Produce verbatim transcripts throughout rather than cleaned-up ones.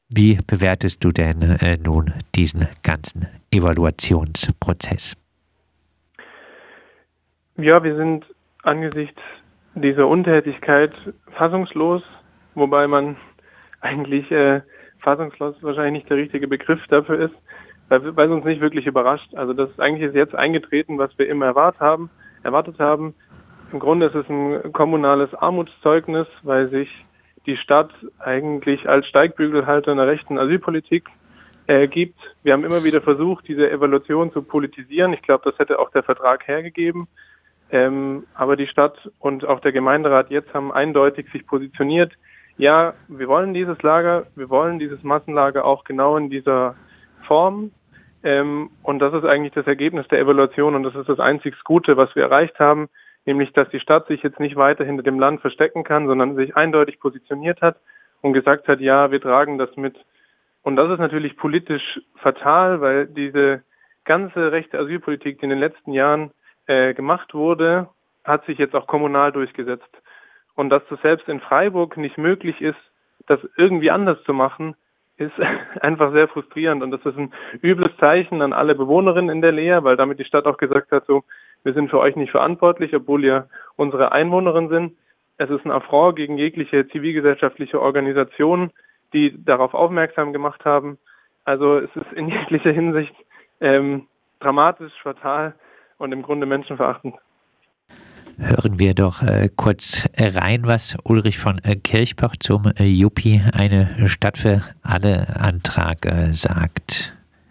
Wie bewertest du denn äh, nun diesen ganzen Evaluationsprozess? Ja, wir sind angesichts dieser Untätigkeit fassungslos, wobei man eigentlich äh, fassungslos wahrscheinlich nicht der richtige Begriff dafür ist, weil, weil es uns nicht wirklich überrascht. Also das eigentlich ist jetzt eingetreten, was wir immer erwartet haben, erwartet haben. Im Grunde ist es ein kommunales Armutszeugnis, weil sich die Stadt eigentlich als Steigbügelhalter einer rechten Asylpolitik äh, gibt. Wir haben immer wieder versucht, diese Evaluation zu politisieren. Ich glaube, das hätte auch der Vertrag hergegeben. Ähm, aber die Stadt und auch der Gemeinderat jetzt haben eindeutig sich positioniert. Ja, wir wollen dieses Lager, wir wollen dieses Massenlager auch genau in dieser Form. Ähm, und das ist eigentlich das Ergebnis der Evaluation und das ist das einzig Gute, was wir erreicht haben, nämlich, dass die Stadt sich jetzt nicht weiter hinter dem Land verstecken kann, sondern sich eindeutig positioniert hat und gesagt hat, ja, wir tragen das mit. Und das ist natürlich politisch fatal, weil diese ganze rechte Asylpolitik, die in den letzten Jahren äh, gemacht wurde, hat sich jetzt auch kommunal durchgesetzt. Und dass das selbst in Freiburg nicht möglich ist, das irgendwie anders zu machen, ist einfach sehr frustrierend. Und das ist ein übles Zeichen an alle Bewohnerinnen in der Lehr, weil damit die Stadt auch gesagt hat, so, wir sind für euch nicht verantwortlich, obwohl ihr unsere Einwohnerinnen sind. Es ist ein Affront gegen jegliche zivilgesellschaftliche Organisation, die darauf aufmerksam gemacht haben. Also es ist in jeglicher Hinsicht ähm, dramatisch, fatal und im Grunde menschenverachtend. Hören wir doch äh, kurz rein, was Ulrich von äh, Kirchbach zum äh, Juppie eine Stadt für alle Antrag äh, sagt.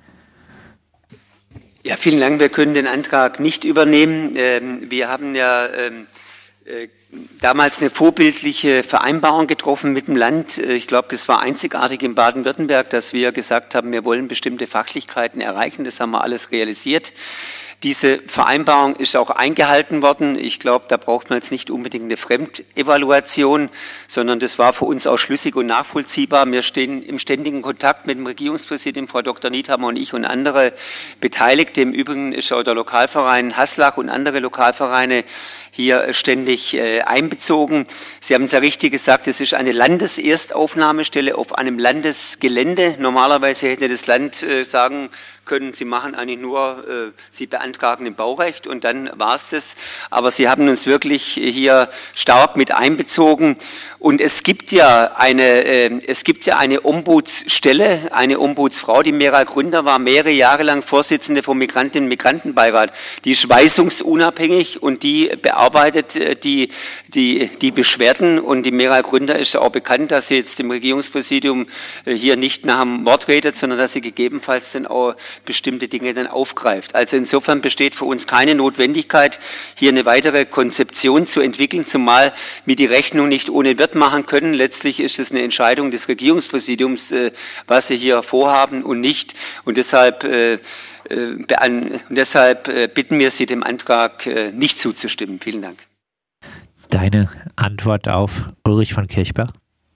Ja, vielen Dank. Wir können den Antrag nicht übernehmen. Ähm, wir haben ja ähm, äh, damals eine vorbildliche Vereinbarung getroffen mit dem Land. Ich glaube, das war einzigartig in Baden-Württemberg, dass wir gesagt haben, wir wollen bestimmte Fachlichkeiten erreichen. Das haben wir alles realisiert. Diese Vereinbarung ist auch eingehalten worden. Ich glaube, da braucht man jetzt nicht unbedingt eine Fremdevaluation, sondern das war für uns auch schlüssig und nachvollziehbar. Wir stehen im ständigen Kontakt mit dem Regierungspräsidenten, Frau Doktor Niethammer und ich und andere Beteiligte. Im Übrigen ist auch der Lokalverein Haslach und andere Lokalvereine hier ständig äh, einbezogen. Sie haben es ja richtig gesagt, es ist eine Landeserstaufnahmestelle auf einem Landesgelände. Normalerweise hätte das Land äh, sagen können, Sie machen eigentlich nur, äh, Sie beantragen ein Baurecht und dann war es das. Aber Sie haben uns wirklich hier stark mit einbezogen. Und es gibt ja eine, äh, es gibt ja eine Ombudsstelle, eine Ombudsfrau, die Meral Gründer war mehrere Jahre lang Vorsitzende vom Migrantinnen- und Migrantenbeirat. Die ist weisungsunabhängig und die bearbeitet äh, die, die, die Beschwerden. Und die Meral Gründer ist auch bekannt, dass sie jetzt im Regierungspräsidium äh, hier nicht nach dem Wort redet, sondern dass sie gegebenenfalls dann auch bestimmte Dinge dann aufgreift. Also insofern besteht für uns keine Notwendigkeit, hier eine weitere Konzeption zu entwickeln, zumal wir die Rechnung nicht ohne Wirt machen können. Letztlich ist es eine Entscheidung des Regierungspräsidiums, was sie hier vorhaben und nicht. Und deshalb, äh, und deshalb bitten wir Sie, dem Antrag nicht zuzustimmen. Vielen Dank. Deine Antwort auf Ulrich von Kirchbach?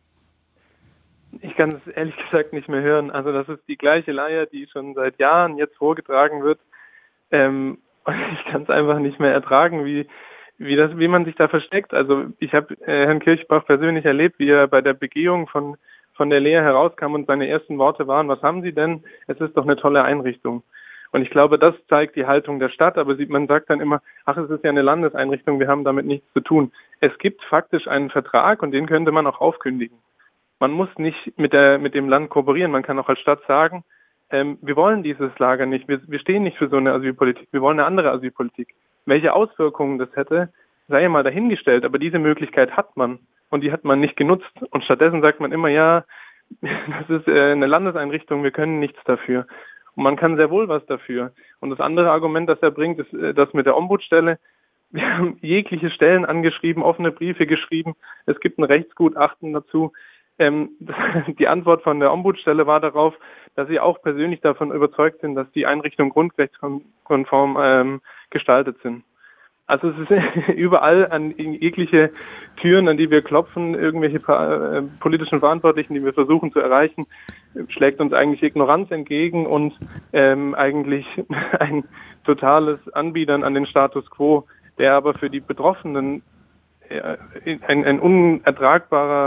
Ich kann es ehrlich gesagt nicht mehr hören. Also das ist die gleiche Leier, die schon seit Jahren jetzt vorgetragen wird. Ähm, und ich kann es einfach nicht mehr ertragen, wie wie das, wie man sich da versteckt. Also ich habe äh, Herrn Kirchbach persönlich erlebt, wie er bei der Begehung von von der Lehr herauskam und seine ersten Worte waren: Was haben Sie denn? Es ist doch eine tolle Einrichtung. Und ich glaube, das zeigt die Haltung der Stadt. Aber man sagt dann immer, ach, es ist ja eine Landeseinrichtung, wir haben damit nichts zu tun. Es gibt faktisch einen Vertrag und den könnte man auch aufkündigen. Man muss nicht mit der mit dem Land kooperieren. Man kann auch als Stadt sagen, ähm, wir wollen dieses Lager nicht. Wir, wir stehen nicht für so eine Asylpolitik. Wir wollen eine andere Asylpolitik. Welche Auswirkungen das hätte, sei ja mal dahingestellt. Aber diese Möglichkeit hat man und die hat man nicht genutzt. Und stattdessen sagt man immer, ja, das ist äh, eine Landeseinrichtung. Wir können nichts dafür. Und man kann sehr wohl was dafür. Und das andere Argument, das er bringt, ist äh, das mit der Ombudsstelle. Wir haben jegliche Stellen angeschrieben, offene Briefe geschrieben. Es gibt ein Rechtsgutachten dazu. Ähm, die Antwort von der Ombudsstelle war darauf, dass sie auch persönlich davon überzeugt sind, dass die Einrichtungen grundrechtskonform ähm, gestaltet sind. Also es ist überall an jegliche Türen, an die wir klopfen, irgendwelche äh, politischen Verantwortlichen, die wir versuchen zu erreichen, schlägt uns eigentlich Ignoranz entgegen und ähm, eigentlich ein totales Anbiedern an den Status quo, der aber für die Betroffenen äh, ein, ein unertragbarer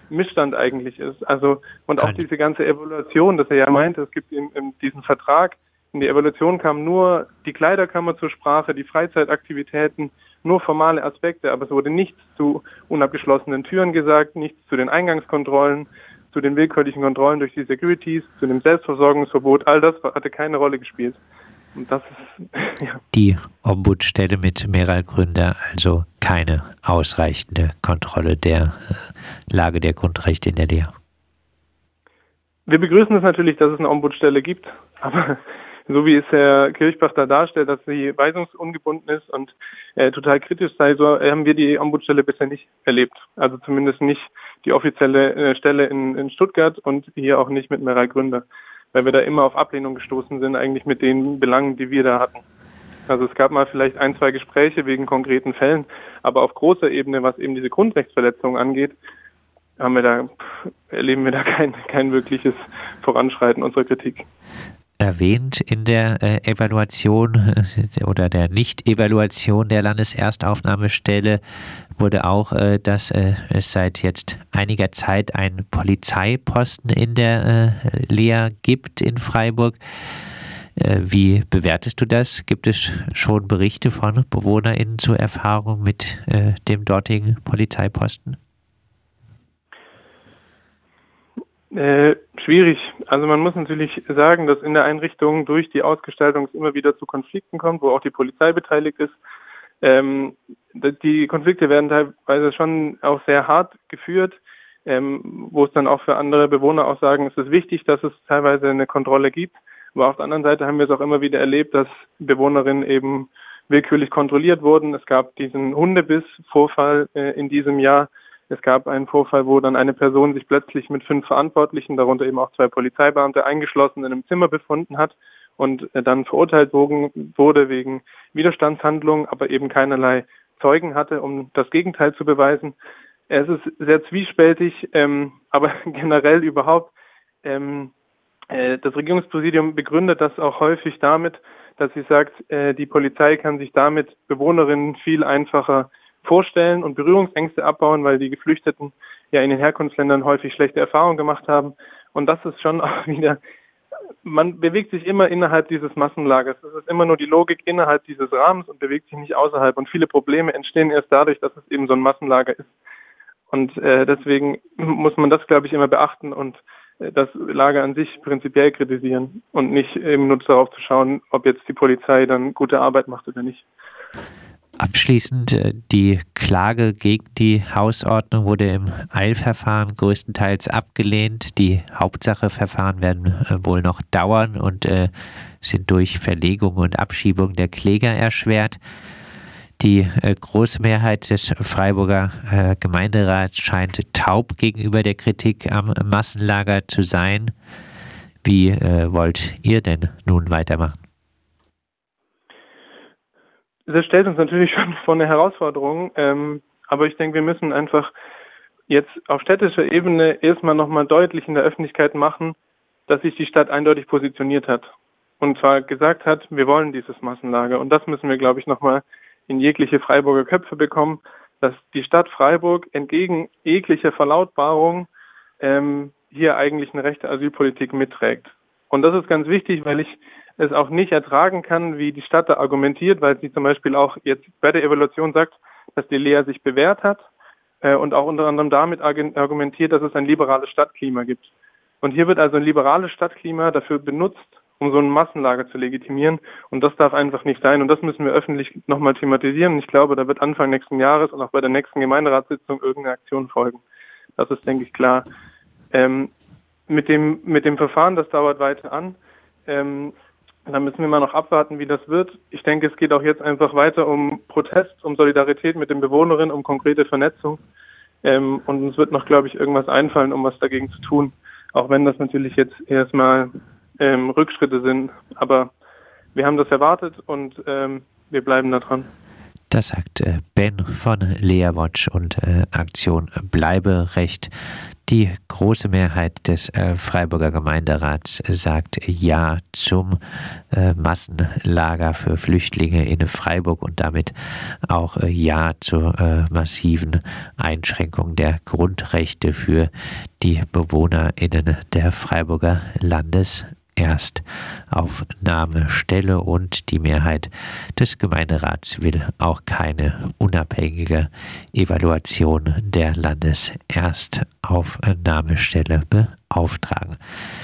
Missstand eigentlich ist. Also, und auch diese ganze Evaluation, dass er ja meinte, es gibt in, in diesen Vertrag, in die Evaluation kam nur die Kleiderkammer zur Sprache, die Freizeitaktivitäten, nur formale Aspekte, aber es wurde nichts zu unabgeschlossenen Türen gesagt, nichts zu den Eingangskontrollen, zu den willkürlichen Kontrollen durch die Securities, zu dem Selbstversorgungsverbot, all das hatte keine Rolle gespielt. Und das ist, ja. Die Ombudsstelle mit Meral Gründer, also keine ausreichende Kontrolle der äh, Lage der Grundrechte in der L E A. Wir begrüßen es natürlich, dass es eine Ombudsstelle gibt, aber so wie es Herr Kirchbach da darstellt, dass sie weisungsungebunden ist und äh, total kritisch sei, so äh, haben wir die Ombudsstelle bisher nicht erlebt. Also zumindest nicht die offizielle äh, Stelle in, in Stuttgart und hier auch nicht mit Meral Gründer, weil wir da immer auf Ablehnung gestoßen sind, eigentlich mit den Belangen, die wir da hatten. Also es gab mal vielleicht ein, zwei Gespräche wegen konkreten Fällen, aber auf großer Ebene, was eben diese Grundrechtsverletzungen angeht, haben wir da, erleben wir da kein, kein wirkliches Voranschreiten unserer Kritik. Erwähnt in der äh, Evaluation äh, oder der Nicht-Evaluation der Landeserstaufnahmestelle wurde auch, äh, dass äh, es seit jetzt einiger Zeit einen Polizeiposten in der äh, L E A gibt in Freiburg. Äh, wie bewertest du das? Gibt es schon Berichte von BewohnerInnen zur Erfahrung mit äh, dem dortigen Polizeiposten? Äh, schwierig. Also man muss natürlich sagen, dass in der Einrichtung durch die Ausgestaltung es immer wieder zu Konflikten kommt, wo auch die Polizei beteiligt ist. Ähm, die Konflikte werden teilweise schon auch sehr hart geführt, ähm, wo es dann auch für andere Bewohner auch sagen, es ist wichtig, dass es teilweise eine Kontrolle gibt. Aber auf der anderen Seite haben wir es auch immer wieder erlebt, dass Bewohnerinnen eben willkürlich kontrolliert wurden. Es gab diesen Hundebiss-Vorfall äh, in diesem Jahr. Es gab einen Vorfall, wo dann eine Person sich plötzlich mit fünf Verantwortlichen, darunter eben auch zwei Polizeibeamte, eingeschlossen in einem Zimmer befunden hat und dann verurteilt wurde wegen Widerstandshandlungen, aber eben keinerlei Zeugen hatte, um das Gegenteil zu beweisen. Es ist sehr zwiespältig, ähm, aber generell überhaupt. Ähm, äh, das Regierungspräsidium begründet das auch häufig damit, dass sie sagt, äh, die Polizei kann sich damit Bewohnerinnen viel einfacher vorstellen und Berührungsängste abbauen, weil die Geflüchteten ja in den Herkunftsländern häufig schlechte Erfahrungen gemacht haben. Und das ist schon auch wieder, man bewegt sich immer innerhalb dieses Massenlagers. Es ist immer nur die Logik innerhalb dieses Rahmens und bewegt sich nicht außerhalb. Und viele Probleme entstehen erst dadurch, dass es eben so ein Massenlager ist. Und äh, deswegen muss man das, glaube ich, immer beachten und äh, das Lager an sich prinzipiell kritisieren und nicht eben nur darauf zu schauen, ob jetzt die Polizei dann gute Arbeit macht oder nicht. Abschließend, die Klage gegen die Hausordnung wurde im Eilverfahren größtenteils abgelehnt. Die Hauptsacheverfahren werden wohl noch dauern und äh, sind durch Verlegung und Abschiebung der Kläger erschwert. Die äh, große Mehrheit des Freiburger äh, Gemeinderats scheint taub gegenüber der Kritik am Massenlager zu sein. Wie äh, wollt ihr denn nun weitermachen? Das stellt uns natürlich schon vor eine Herausforderung, ähm, aber ich denke, wir müssen einfach jetzt auf städtischer Ebene erstmal nochmal deutlich in der Öffentlichkeit machen, dass sich die Stadt eindeutig positioniert hat und zwar gesagt hat, wir wollen dieses Massenlager und das müssen wir, glaube ich, nochmal in jegliche Freiburger Köpfe bekommen, dass die Stadt Freiburg entgegen jeglicher Verlautbarung ähm, hier eigentlich eine rechte Asylpolitik mitträgt. Und das ist ganz wichtig, weil ich es auch nicht ertragen kann, wie die Stadt da argumentiert, weil sie zum Beispiel auch jetzt bei der Evaluation sagt, dass die L E A sich bewährt hat äh, und auch unter anderem damit argumentiert, dass es ein liberales Stadtklima gibt. Und hier wird also ein liberales Stadtklima dafür benutzt, um so ein Massenlager zu legitimieren und das darf einfach nicht sein und das müssen wir öffentlich nochmal thematisieren und ich glaube, da wird Anfang nächsten Jahres und auch bei der nächsten Gemeinderatssitzung irgendeine Aktion folgen. Das ist, denke ich, klar. Ähm, mit dem, mit dem Verfahren, das dauert weiter an. Ähm, Da müssen wir mal noch abwarten, wie das wird. Ich denke, es geht auch jetzt einfach weiter um Protest, um Solidarität mit den Bewohnerinnen, um konkrete Vernetzung. Ähm, und uns wird noch, glaube ich, irgendwas einfallen, um was dagegen zu tun. Auch wenn das natürlich jetzt erstmal ähm, Rückschritte sind. Aber wir haben das erwartet und ähm, wir bleiben da dran. Das sagt äh, Ben von Leawatch und äh, Aktion Bleiberecht. Die große Mehrheit des äh, Freiburger Gemeinderats sagt Ja zum äh, Massenlager für Flüchtlinge in Freiburg und damit auch äh, Ja zur äh, massiven Einschränkung der Grundrechte für die BewohnerInnen der Freiburger Landeserstaufnahmestelle, und die Mehrheit des Gemeinderats will auch keine unabhängige Evaluation der Landeserstaufnahmestelle beauftragen.